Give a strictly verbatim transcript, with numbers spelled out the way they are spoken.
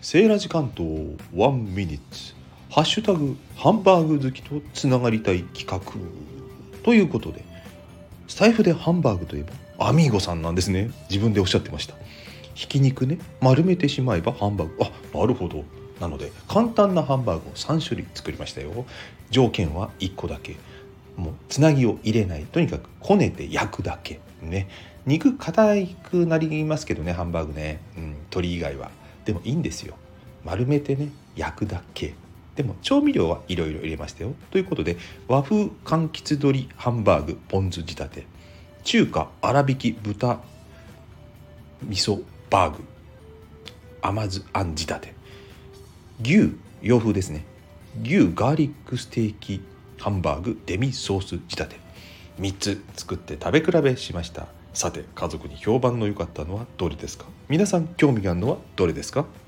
セーラジ関東ワンミニッツハッシュタグハンバーグ好きとつながりたい企画ということで、スタイフでハンバーグといえばアミーゴさんなんですね。自分でおっしゃってました。ひき肉ね、丸めてしまえばハンバーグ。あ、なるほど。なので簡単なハンバーグをさん種類作りましたよ。条件はいっこだけ。もうつなぎを入れない。とにかくこねて焼くだけね。肉硬くなりますけどね、ハンバーグね、うん、鶏以外は。でもいいんですよ。丸めてね、焼くだけ。でも調味料はいろいろ入れましたよ。ということで、和風柑橘鶏ハンバーグポン酢仕立て、中華粗挽き豚味噌バーグ甘酢あん仕立て、牛洋風ですね、牛ガーリックステーキハンバーグデミソース仕立て、みっつ作って食べ比べしました。さて、家族に評判の良かったのはどれですか？皆さん興味があるのはどれですか？